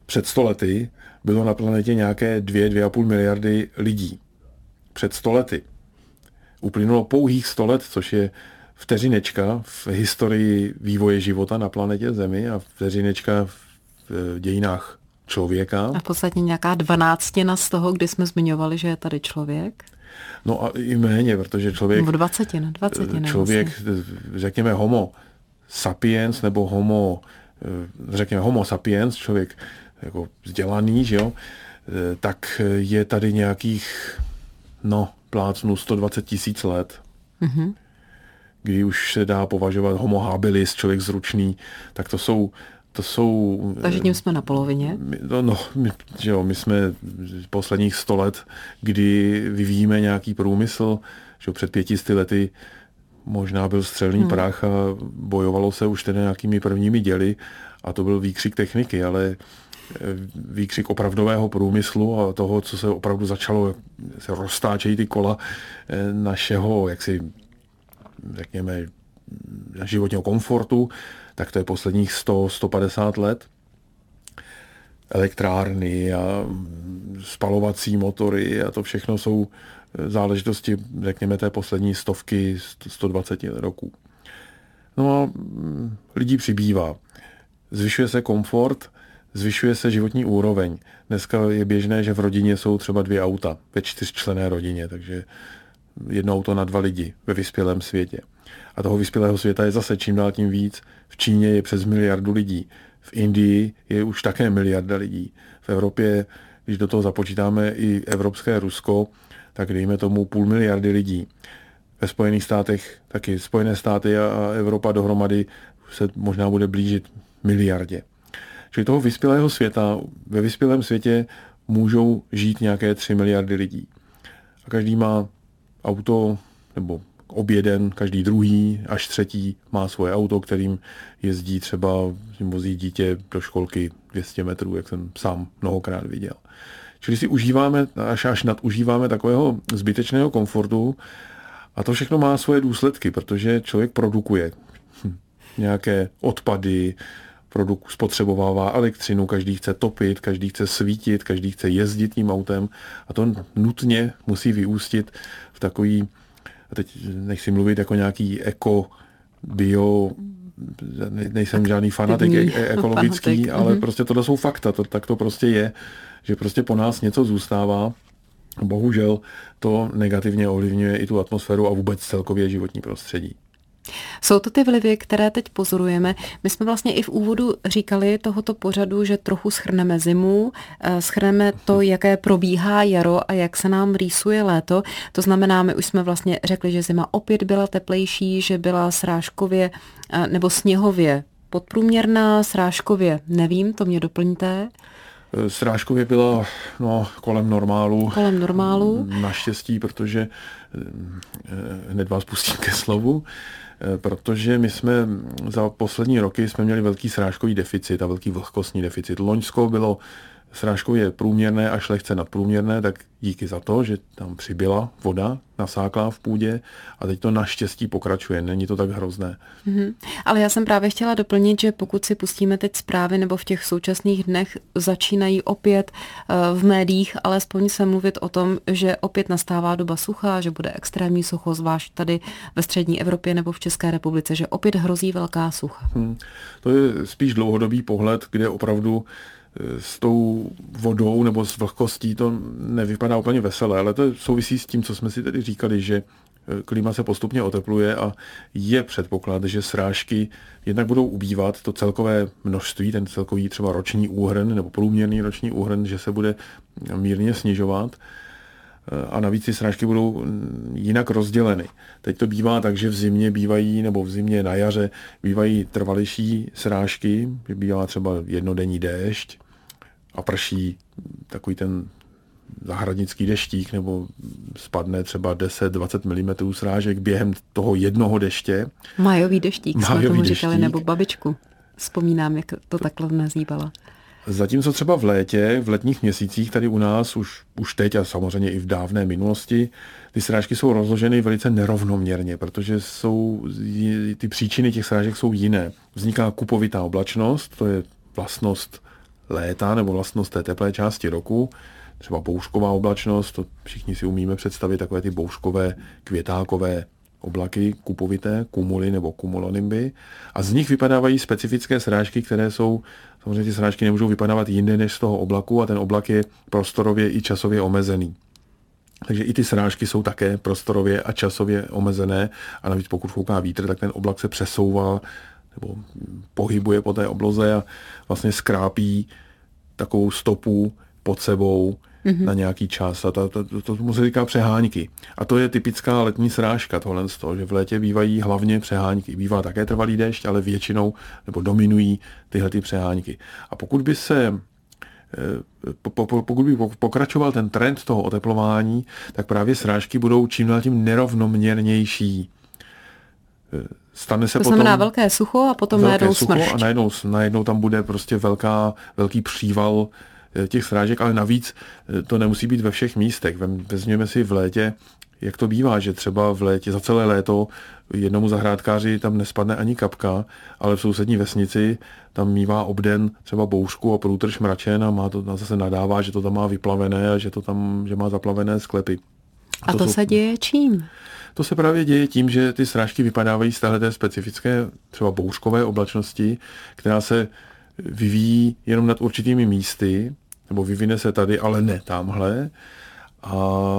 před 100 lety bylo na planetě nějaké 2,5 miliardy lidí. Před 100 lety. Uplynulo pouhých 100 let, což je vteřinečka v historii vývoje života na planetě Zemi a vteřinečka v dějinách člověka. A v podstatě nějaká 12 z toho, kdy jsme zmiňovali, že je tady člověk? No a i méně, protože člověk... Nebo 20. Člověk, řekněme homo sapiens, nebo homo sapiens, člověk jako vzdělaný, že jo, tak je tady nějakých, plácnu 120 000 let. Mm-hmm. Kdy už se dá považovat homo habilis, člověk zručný, tak to jsou... Takže tím jsme na polovině? My jsme posledních 100 let, kdy vyvíjíme nějaký průmysl, že před 500 lety možná byl střelný prach a bojovalo se už tedy nějakými prvními děly a to byl výkřik techniky, ale výkřik opravdového průmyslu a toho, co se opravdu začalo, se roztáčejí ty kola našeho, řekněme, životního komfortu, tak to je posledních 100-150 let. Elektrárny a spalovací motory a to všechno jsou záležitosti, řekněme, té poslední 120 roků. No a lidí přibývá. Zvyšuje se komfort, zvyšuje se životní úroveň. Dneska je běžné, že v rodině jsou třeba 2 auta ve 4členné rodině, takže 1 auto na 2 lidi ve vyspělém světě. A toho vyspělého světa je zase čím dál tím víc. V Číně je přes 1 miliardu lidí. V Indii je už také 1 miliarda lidí. V Evropě, když do toho započítáme i evropské Rusko, tak dejme tomu 0,5 miliardy lidí. Ve Spojených státech taky Spojené státy a Evropa dohromady se možná bude blížit miliardě. Čili toho vyspělého světa, ve vyspělém světě můžou žít nějaké 3 miliardy lidí. A každý má auto, nebo jeden, každý druhý až třetí má svoje auto, kterým jezdí třeba, vozí dítě do školky 200 metrů, jak jsem sám mnohokrát viděl. Čili si užíváme, až nadužíváme takového zbytečného komfortu a to všechno má svoje důsledky, protože člověk produkuje nějaké odpady, spotřebovává elektřinu, každý chce topit, každý chce svítit, každý chce jezdit tím autem a to nutně musí vyústit v takový, a teď nechci mluvit jako nějaký bio, nejsem žádný fanatik ekologický, ale prostě tohle jsou fakta, tak to prostě je, že prostě po nás něco zůstává. Bohužel to negativně ovlivňuje i tu atmosféru a vůbec celkově životní prostředí. Jsou to ty vlivy, které teď pozorujeme. My jsme vlastně i v úvodu říkali tohoto pořadu, že trochu shrneme zimu, shrneme to, jaké probíhá jaro a jak se nám rýsuje léto. To znamená, my už jsme vlastně řekli, že zima opět byla teplejší, že byla srážkově nebo sněhově podprůměrná, srážkově nevím, to mě doplňte. Srážkově byla kolem normálu. Kolem normálu. Naštěstí, protože hned vás pustím ke slovu, protože my jsme za poslední roky jsme měli velký srážkový deficit a velký vlhkostní deficit. Loňsko bylo srážkově průměrné až lehce nadprůměrné, tak díky za to, že tam přibyla voda nasáklá v půdě a teď to naštěstí pokračuje, není to tak hrozné. Ale já jsem právě chtěla doplnit, že pokud si pustíme teď zprávy nebo v těch současných dnech začínají opět v médiích alespoň se mluvit o tom, že opět nastává doba sucha, že bude extrémní sucho, zvlášť tady ve střední Evropě nebo v České republice, že opět hrozí velká sucha. To je spíš dlouhodobý pohled, kde opravdu s tou vodou nebo s vlhkostí to nevypadá úplně veselé, ale to souvisí s tím, co jsme si tedy říkali, že klima se postupně otepluje a je předpoklad, že srážky jednak budou ubývat, to celkové množství, ten celkový třeba roční úhrn nebo průměrný roční úhrn, že se bude mírně snižovat a navíc ty srážky budou jinak rozděleny. Teď to bývá tak, že v zimě bývají, nebo v zimě na jaře bývají trvalější srážky, že bývá třeba jednodenní déšť a prší takový ten zahradnický deštík, nebo spadne třeba 10-20 mm srážek během toho jednoho deště. Májový deštík jsme tomu říkali, nebo babičku. Vzpomínám, jak to takhle nazývala. Zatímco třeba v létě, v letních měsících tady u nás už teď a samozřejmě i v dávné minulosti, ty srážky jsou rozloženy velice nerovnoměrně, protože ty příčiny těch srážek jsou jiné. Vzniká kupovitá oblačnost, to je vlastnost léta nebo vlastnost té teplé části roku, třeba bouřková oblačnost, to všichni si umíme představit, takové ty bouřkové květákové oblaky, kupovité, kumuly nebo kumulonimby. A z nich vypadávají specifické srážky, které jsou, samozřejmě ty srážky nemůžou vypadávat jinde než z toho oblaku a ten oblak je prostorově i časově omezený. Takže i ty srážky jsou také prostorově a časově omezené a navíc pokud fouká vítr, tak ten oblak se přesouvá nebo pohybuje po té obloze a vlastně skrápí takovou stopu pod sebou na nějaký čas. A to se říká přehánky. A to je typická letní srážka tohle z toho, že v létě bývají hlavně přehánky. Bývá také trvalý déšť, ale většinou nebo dominují tyhle ty přehánky. A pokud by pokračoval ten trend toho oteplování, tak právě srážky budou čím dál tím nerovnoměrnější. Stane se to znamená velké sucho a potom najednou smršť. A najednou tam bude prostě velký příval těch srážek, ale navíc to nemusí být ve všech místech. Vezměme si v létě, jak to bývá, že třeba v létě za celé léto jednomu zahrádkáři tam nespadne ani kapka, ale v sousední vesnici tam mívá obden třeba bouřku a průtrž mračen a má to zase nadává, že to tam má vyplavené a že má zaplavené sklepy. A to se děje čím? To se právě děje tím, že ty srážky vypadávají z téhleté specifické třeba bouřkové oblačnosti, která se vyvíjí jenom nad určitými místy, nebo vyvine se tady, ale ne tamhle. A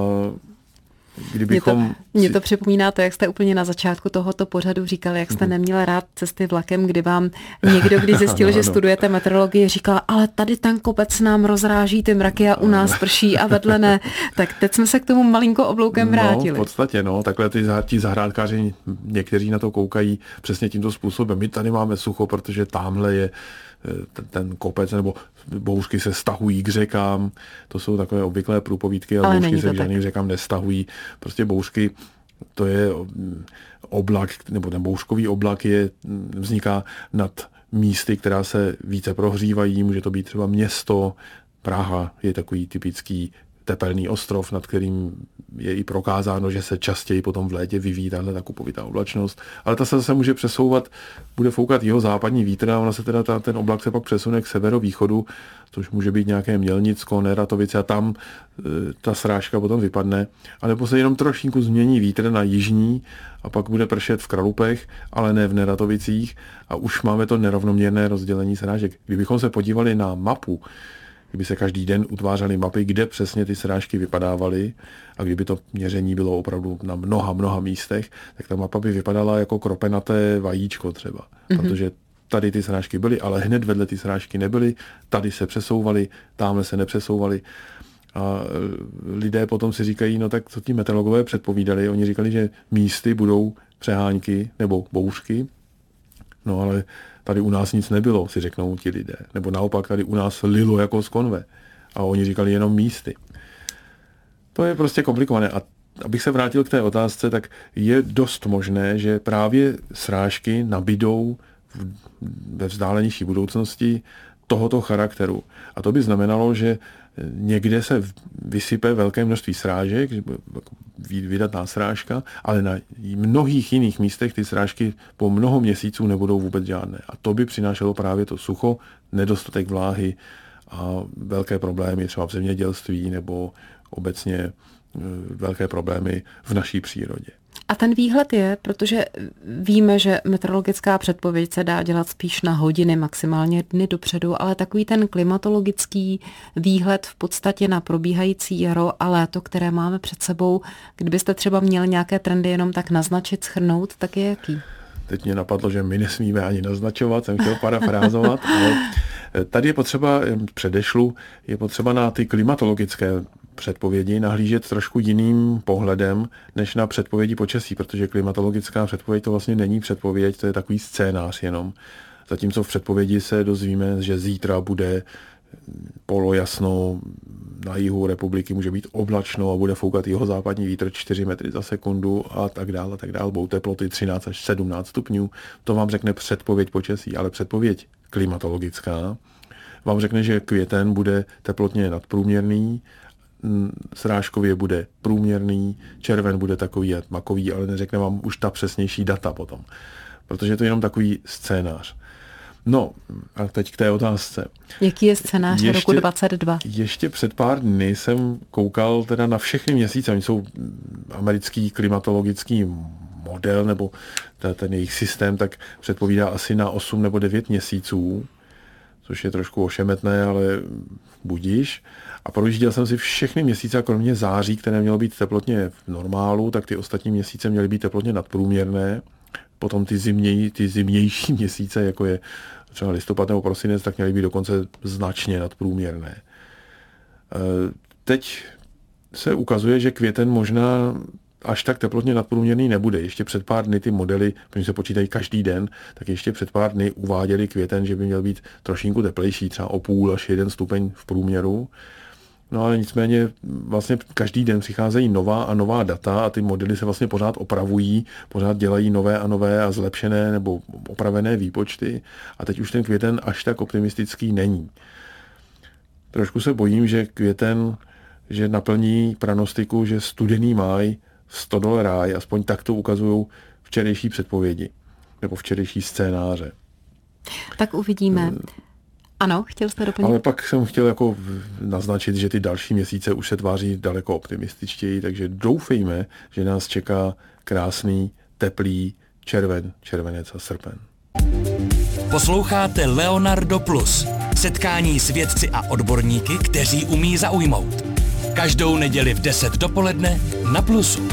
Mně to připomíná to, jak jste úplně na začátku tohoto pořadu říkali, jak jste neměl rád cesty vlakem, kdy vám někdo, když zjistil, že studujete meteorologii, říkal, ale tady ten kopec nám rozráží ty mraky a u nás prší a vedle ne. Tak teď jsme se k tomu malinko obloukem vrátili. No, v podstatě, takhle ti zahrádkáři, někteří na to koukají přesně tímto způsobem. My tady máme sucho, protože tamhle je ten kopec, nebo bouřky se stahují k řekám. To jsou takové obvyklé průpovídky, ale bouřky se k žádným řekám nestahují. Prostě bouřky, to je oblak, nebo ten bouřkový oblak vzniká nad místy, která se více prohřívají. Může to být třeba město. Praha je takový typický tepelný ostrov, nad kterým je i prokázáno, že se častěji potom v létě vyvíjí tahle ta kupovitá oblačnost. Ale ta se zase může přesouvat, bude foukat jihozápadní vítr a ona se teda ten oblak se pak přesune k severovýchodu, což může být nějaké Mělnicko, Neratovice a tam ta srážka potom vypadne. A nebo se jenom trošinku změní vítr na jižní a pak bude pršet v Kralupech, ale ne v Neratovicích a už máme to nerovnoměrné rozdělení srážek. Kdybychom se podívali na mapu, kdyby se každý den utvářely mapy, kde přesně ty srážky vypadávaly a kdyby to měření bylo opravdu na mnoha místech, tak ta mapa by vypadala jako kropenaté vajíčko třeba. Protože tady ty srážky byly, ale hned vedle ty srážky nebyly, tady se přesouvaly, tamhle se nepřesouvaly. A lidé potom si říkají, no tak co ti meteorologové předpovídali, oni říkali, že místy budou přehánky nebo bouřky, no ale tady u nás nic nebylo, si řeknou ti lidé. Nebo naopak tady u nás lilo jako z konve. A oni říkali jenom místy. To je prostě komplikované. A abych se vrátil k té otázce, tak je dost možné, že právě srážky nabydou ve vzdálenější budoucnosti tohoto charakteru. A to by znamenalo, že někde se vysype velké množství srážek, vydatná srážka, ale na mnohých jiných místech ty srážky po mnoho měsíců nebudou vůbec žádné. A to by přinášelo právě to sucho, nedostatek vláhy a velké problémy třeba v zemědělství nebo obecně velké problémy v naší přírodě. A ten výhled je, protože víme, že meteorologická předpověď se dá dělat spíš na hodiny, maximálně dny dopředu, ale takový ten klimatologický výhled v podstatě na probíhající jaro a léto, které máme před sebou, kdybyste třeba měli nějaké trendy jenom tak naznačit, shrnout, tak je jaký? Teď mě napadlo, že my nesmíme ani naznačovat, jsem chtěl parafrázovat, ale tady je potřeba, je potřeba na ty klimatologické předpovědi nahlížet trošku jiným pohledem, než na předpovědi počasí, protože klimatologická předpověď to vlastně není předpověď, to je takový scénář jenom. Zatímco v předpovědi se dozvíme, že zítra bude polojasno, na jihu republiky může být oblačno a bude foukat jihozápadní vítr 4 metry za sekundu a tak dále, budou teploty 13 až 17 stupňů. To vám řekne předpověď počasí, ale předpověď klimatologická vám řekne, že květen bude teplotně nadprůměrný, srážkově bude průměrný, červen bude takový a makový, ale neřekne vám už ta přesnější data potom. Protože to je jenom takový scénář. No a teď k té otázce. Jaký je scénář roku 2022? Ještě před pár dny jsem koukal teda na všechny měsíce. Oni jsou americký klimatologický model, nebo ten jejich systém, tak předpovídá asi na 8 nebo 9 měsíců, což je trošku ošemetné, ale budíš. A projížděl jsem si všechny měsíce, kromě září, které mělo být teplotně v normálu, tak ty ostatní měsíce měly být teplotně nadprůměrné. Potom ty zimnější měsíce, jako je třeba listopad nebo prosinec, tak měly být dokonce značně nadprůměrné. Teď se ukazuje, že květen možná až tak teplotně nadprůměrný nebude. Ještě před pár dny ty modely, protože se počítají každý den, tak ještě před pár dny uváděli květen, že by měl být trošinku teplejší, třeba o 0,5 až 1 stupeň v průměru. No ale nicméně vlastně každý den přicházejí nová a nová data a ty modely se vlastně pořád opravují, pořád dělají nové a nové a zlepšené nebo opravené výpočty a teď už ten květen až tak optimistický není. Trošku se bojím, že květen, že naplní pranostiku, že studený máj $100 ráj, aspoň tak to ukazují včerejší předpovědi nebo včerejší scénáře. Tak uvidíme. Ano, chtěl jste doplnit? Ale pak jsem chtěl jako naznačit, že ty další měsíce už se tváří daleko optimističtěji, takže doufejme, že nás čeká krásný, teplý červenec a srpen. Posloucháte Leonardo Plus. Setkání s vědci a odborníky, kteří umí zaujmout. Každou neděli v 10 dopoledne na Plusu.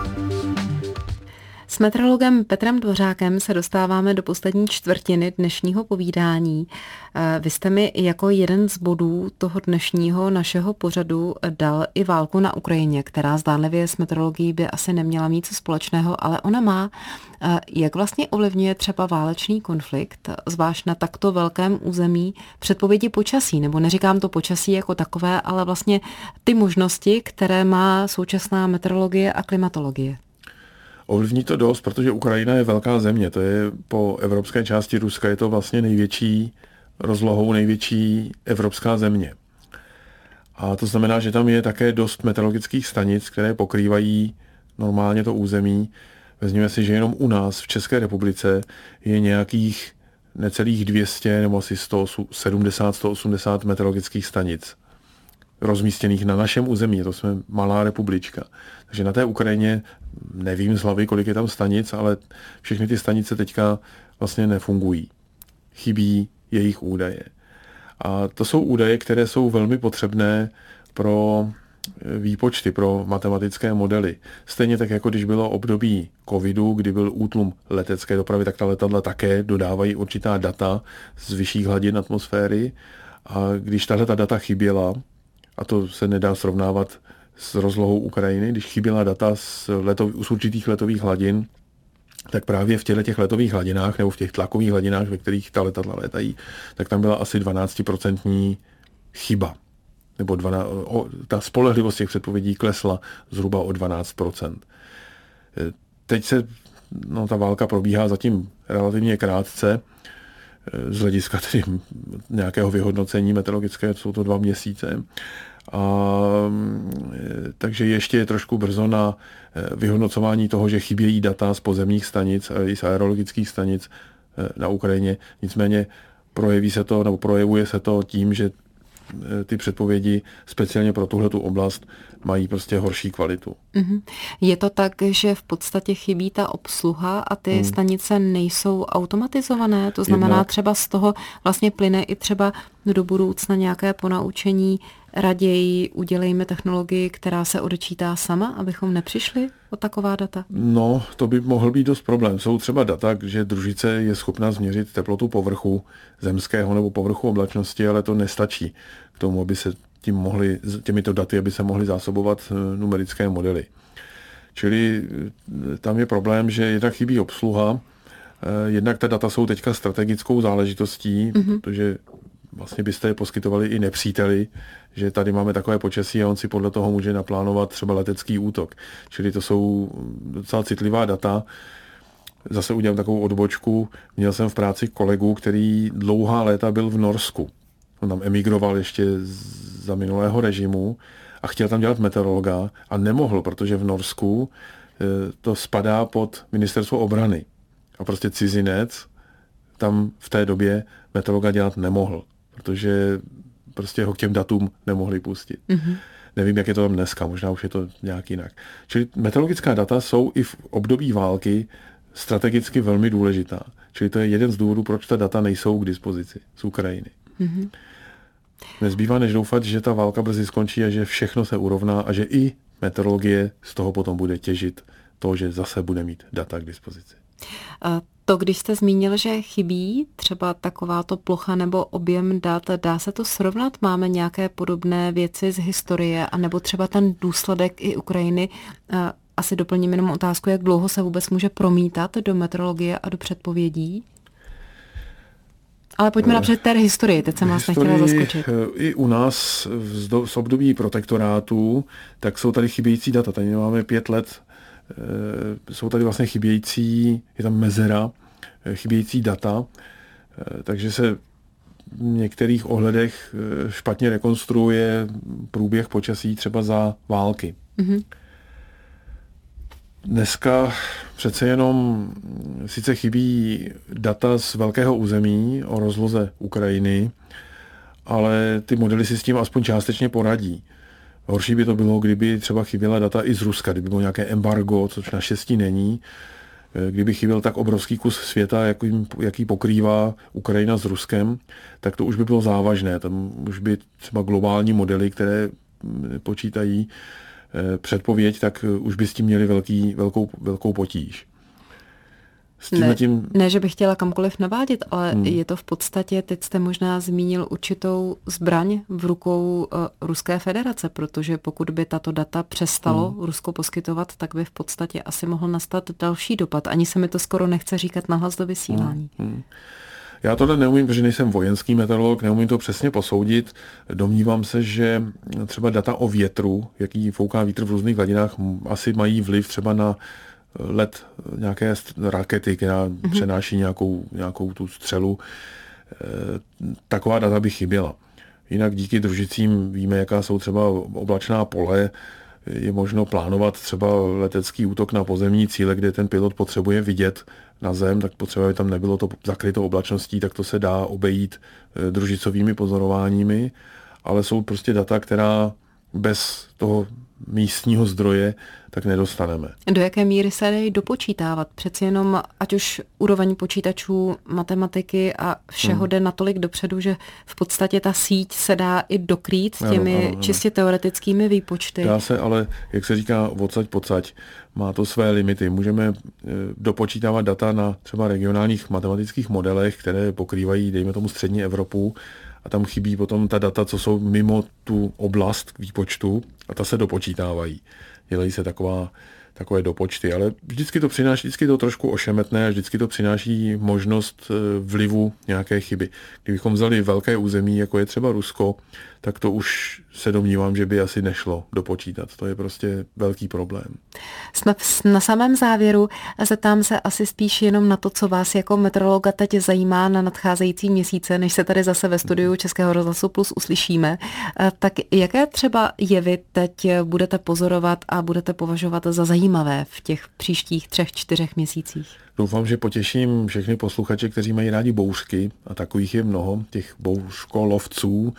S meteorologem Petrem Dvořákem se dostáváme do poslední čtvrtiny dnešního povídání. Vy jste mi jako jeden z bodů toho dnešního našeho pořadu dal i válku na Ukrajině, která zdánlivě s meteorologií by asi neměla mít co společného, ale ona má. Jak vlastně ovlivňuje třeba válečný konflikt, zvlášť na takto velkém území, předpovědi počasí, nebo neříkám to počasí jako takové, ale vlastně ty možnosti, které má současná meteorologie a klimatologie? Ovlivní to dost, protože Ukrajina je velká země, to je po evropské části Ruska, je to vlastně největší rozlohou, největší evropská země. A to znamená, že tam je také dost meteorologických stanic, které pokrývají normálně to území. Vezměme si, že jenom u nás v České republice je nějakých necelých 200 nebo asi 170-180 meteorologických stanic rozmístěných na našem území. To jsme malá republička. Takže na té Ukrajině nevím z hlavy, kolik je tam stanic, ale všechny ty stanice teďka vlastně nefungují. Chybí jejich údaje. A to jsou údaje, které jsou velmi potřebné pro výpočty, pro matematické modely. Stejně tak, jako když bylo období covidu, kdy byl útlum letecké dopravy, tak ta letadla také dodávají určitá data z vyšších hladin atmosféry. A když tato data chyběla, a to se nedá srovnávat s rozlohou Ukrajiny, když chyběla data z určitých letových hladin, tak právě v těch letových hladinách nebo v těch tlakových hladinách, ve kterých ta letadla létají, tak tam byla asi 12% chyba. Nebo ta spolehlivost těch předpovědí klesla zhruba o 12%. Teď ta válka probíhá zatím relativně krátce, z hlediska tedy nějakého vyhodnocení meteorologického, jsou to 2 měsíce. Takže ještě je trošku brzo na vyhodnocování toho, že chybějí data z pozemních stanic a i z aerologických stanic na Ukrajině. Nicméně projevuje se to tím, že ty předpovědi speciálně pro tuhletu oblast mají prostě horší kvalitu. Je to tak, že v podstatě chybí ta obsluha a ty stanice nejsou automatizované? To znamená, třeba z toho vlastně plyne i třeba do budoucna nějaké ponaučení, raději udělejme technologii, která se odečítá sama, abychom nepřišli o taková data? No, to by mohl být dost problém. Jsou třeba data, že družice je schopná změřit teplotu povrchu zemského nebo povrchu oblačnosti, ale to nestačí k tomu, aby se těmito daty, aby se mohly zásobovat numerické modely. Čili tam je problém, že jednak chybí obsluha, jednak ta data jsou teďka strategickou záležitostí, protože vlastně byste je poskytovali i nepříteli, že tady máme takové počasí a on si podle toho může naplánovat třeba letecký útok. Čili to jsou docela citlivá data. Zase udělám takovou odbočku. Měl jsem v práci kolegu, který dlouhá léta byl v Norsku. On tam emigroval ještě za minulého režimu a chtěl tam dělat meteorologa a nemohl, protože v Norsku to spadá pod ministerstvo obrany. A prostě cizinec tam v té době meteorologa dělat nemohl, protože prostě ho k těm datům nemohli pustit. Mm-hmm. Nevím, jak je to tam dneska, možná už je to nějak jinak. Čili meteorologická data jsou i v období války strategicky velmi důležitá. Čili to je jeden z důvodů, proč ta data nejsou k dispozici z Ukrajiny. Mm-hmm. Nezbývá než doufat, že ta válka brzy skončí a že všechno se urovná a že i meteorologie z toho potom bude těžit to, že zase bude mít data k dispozici. To, když jste zmínil, že chybí třeba takováto plocha nebo objem dat, dá se to srovnat? Máme nějaké podobné věci z historie, anebo třeba ten důsledek i Ukrajiny? Asi doplním jenom otázku, jak dlouho se vůbec může promítat do meteorologie a do předpovědí? Ale pojďme napřed té historii, teď jsem vás nechtěla zaskočit. I u nás z období protektorátu, tak jsou tady chybějící data. Tady máme 5 let, jsou tady vlastně chybějící, je tam mezera, chybějící data, takže se v některých ohledech špatně rekonstruuje průběh počasí třeba za války. Mm-hmm. Dneska přece jenom sice chybí data z velkého území o rozloze Ukrajiny, ale ty modely si s tím aspoň částečně poradí. Horší by to bylo, kdyby třeba chyběla data i z Ruska, kdyby bylo nějaké embargo, což naštěstí není. Kdyby chyběl tak obrovský kus světa, jaký pokrývá Ukrajina s Ruskem, tak to už by bylo závažné. Tam už by třeba globální modely, které počítají předpověď, tak už by s tím měli velkou potíž. Ne, že bych chtěla kamkoliv navádět, ale je to v podstatě, teď jste možná zmínil určitou zbraň v rukou Ruské federace, protože pokud by tato data přestalo Rusko poskytovat, tak by v podstatě asi mohl nastat další dopad. Ani se mi to skoro nechce říkat nahlas do vysílání. Já tohle neumím, protože nejsem vojenský meteorolog, neumím to přesně posoudit. Domnívám se, že třeba data o větru, jaký fouká vítr v různých hladinách, asi mají vliv třeba na let nějaké rakety, která přenáší nějakou tu střelu. Taková data by chyběla. Jinak díky družicím víme, jaká jsou třeba oblačná pole, je možno plánovat třeba letecký útok na pozemní cíle, kde ten pilot potřebuje vidět na zem, tak potřebuje, aby tam nebylo to zakryto oblačností, tak to se dá obejít družicovými pozorováními, ale jsou prostě data, která bez toho místního zdroje tak nedostaneme. Do jaké míry se dají dopočítávat? Přeci jenom, ať už úroveň počítačů, matematiky a všeho jde natolik dopředu, že v podstatě ta síť se dá i dokrýt těmi čistě teoretickými výpočty. Dá se, ale jak se říká odsaď pocať, má to své limity. Můžeme dopočítávat data na třeba regionálních matematických modelech, které pokrývají, dejme tomu, střední Evropu, a tam chybí potom ta data, co jsou mimo tu oblast výpočtu, a ta se dopočítávají. Dělají se takové dopočty, ale vždycky to trošku ošemetné a vždycky to přináší možnost vlivu nějaké chyby. Kdybychom vzali velké území, jako je třeba Rusko, tak to už se domnívám, že by asi nešlo dopočítat. To je prostě velký problém. Jsme na samém závěru. Zeptám se asi spíš jenom na to, co vás jako meteorologa teď zajímá na nadcházející měsíce, než se tady zase ve studiu Českého rozhlasu Plus uslyšíme. Tak jaké třeba jevy teď budete pozorovat a budete považovat za zajímavé v těch příštích 3-4 měsících? Doufám, že potěším všechny posluchače, kteří mají rádi bouřky, a takových je mnoho, těch bouřkolovců.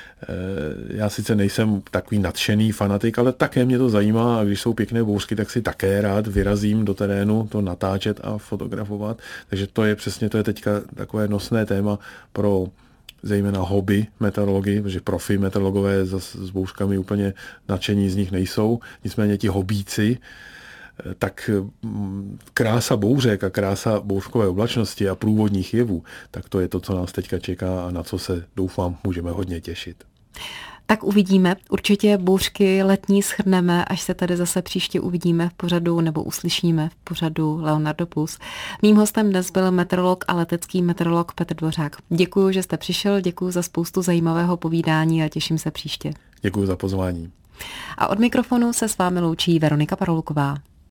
Já sice nejsem takový nadšený fanatik, ale také mě to zajímá, a když jsou pěkné bouřky, tak si také rád vyrazím do terénu to natáčet a fotografovat. Takže to je teďka takové nosné téma pro zejména hobby meteorology, protože profi meteorologové s bouřkami úplně nadšení z nich nejsou. Nicméně ti hobíci, tak krása bouřek a krása bouřkové oblačnosti a průvodních jevů, tak to je to, co nás teďka čeká a na co se, doufám, můžeme hodně těšit. Tak uvidíme. Určitě bouřky letní shrneme, až se tady zase příště uvidíme v pořadu nebo uslyšíme v pořadu Leonardo Plus. Mým hostem dnes byl meteorolog a letecký meteorolog Petr Dvořák. Děkuji, že jste přišel, děkuji za spoustu zajímavého povídání a těším se příště. Děkuji za pozvání. A od mikrofonu se s vámi loučí Veronika Paroluková.